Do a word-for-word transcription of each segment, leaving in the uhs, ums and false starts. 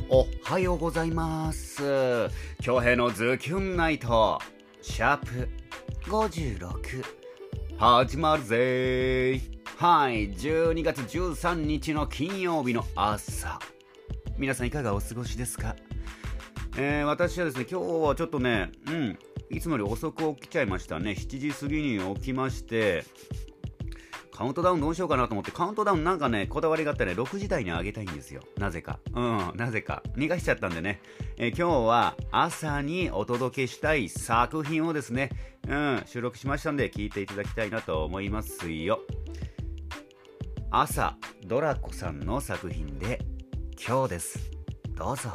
おはようございます。恭平のズキュンナイトシャープごじゅうろく始まるぜー。はい、じゅうにがつじゅうさんにちの金曜日の朝、皆さんいかがお過ごしですか？えー、私はですね、今日はちょっとね、うんいつもより遅く起きちゃいましたね。しちじ過ぎに起きまして、カウントダウンどうしようかなと思って、カウントダウンなんかね、こだわりがあってね、ろくじ台に上げたいんですよ。なぜか。うん、なぜか。逃がしちゃったんでね。えー、今日は朝にお届けしたい作品をですね、うん、収録しましたんで、聞いていただきたいなと思いますよ。朝、ドラコさんの作品で、今日です。どうぞ。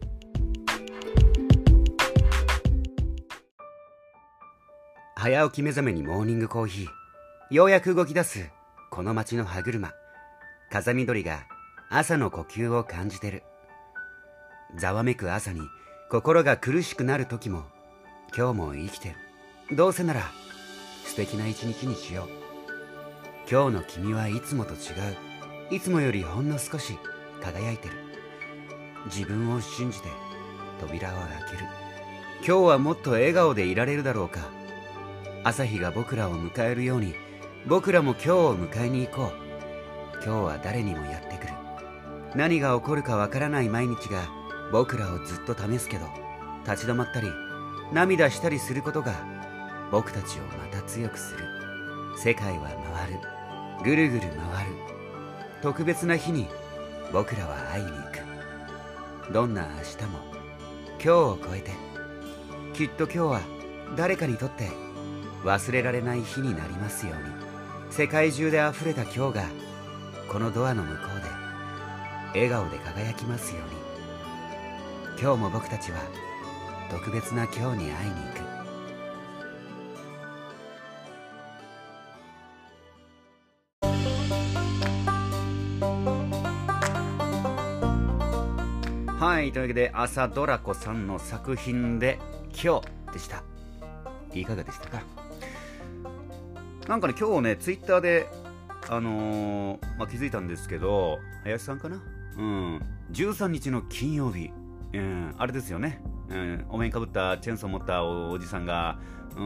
早起き目覚めにモーニングコーヒー。ようやく動き出すこの街の歯車。風見鶏が朝の呼吸を感じてる。ざわめく朝に心が苦しくなる時も、今日も生きてる。どうせなら素敵な一日にしよう。今日の君はいつもと違う。いつもよりほんの少し輝いてる。自分を信じて扉を開ける。今日はもっと笑顔でいられるだろうか。朝日が僕らを迎えるように、僕らも今日を迎えに行こう。今日は誰にもやってくる。何が起こるかわからない毎日が僕らをずっと試すけど、立ち止まったり涙したりすることが僕たちをまた強くする。世界は回る。ぐるぐる回る。特別な日に僕らは会いに行く。どんな明日も今日を超えて、きっと今日は誰かにとって忘れられない日になりますように。世界中であふれた今日がこのドアの向こうで笑顔で輝きますように。今日も僕たちは特別な今日に会いに行く。はい、というわけで朝ドラコさんの作品で今日でした。いかがでしたか？なんかね、今日ね、ツイッターで、あのーまあ、気づいたんですけど、林さんかな、うん、じゅうさんにちの金曜日、うん、あれですよね、うん、お面かぶったチェーンソー持ったお、おじさんが、うん、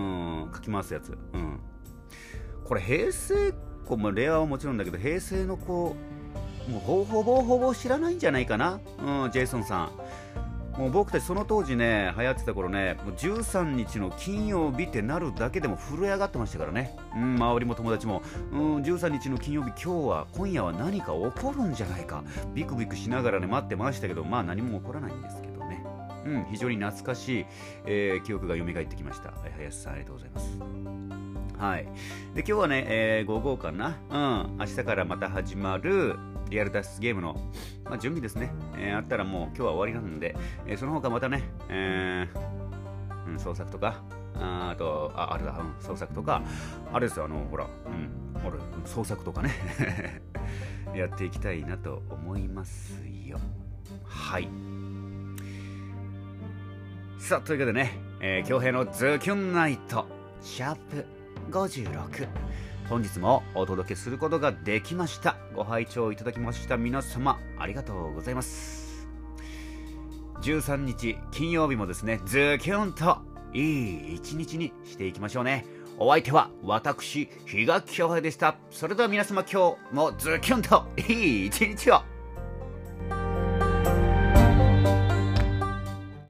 かき回すやつ、うん、これ平成っ子もレアはもちろんだけど、平成の子、もうほほぼほぼ知らないんじゃないかな、うん、ジェイソンさん。もう僕たちその当時ね、流行ってた頃ね、もうじゅうさんにちの金曜日ってなるだけでも震え上がってましたからね。うん、周りも友達も、うん、じゅうさんにちの金曜日、今日は、今夜は何か起こるんじゃないか。ビクビクしながらね、待ってましたけど、まあ何も起こらないんですけどね。うん、非常に懐かしい、えー、記憶が蘇ってきました。林さん、ありがとうございます。はい。で、今日はね、えー、午後かな。うん、明日からまた始まる、リアル脱出ゲームの、まあ、準備ですね、えー、あったらもう今日は終わりなんで、えー、その他またね、えーうん、創作とか、あ, あと、あ、あれだ、うん、創作とか、あれですよ、あの、ほら、うん、あれ、創作とかね、やっていきたいなと思いますよ。はい。さあ、というわけでね、えー、恭平のズキュンナイト、シャープごじゅうろく。本日もお届けすることができました。ご拝聴いただきました皆様、ありがとうございます。じゅうさんにち金曜日もですね、ズキュンといい一日にしていきましょうね。お相手は私、比嘉恭平でした。それでは皆様、今日もズキュンといい一日を。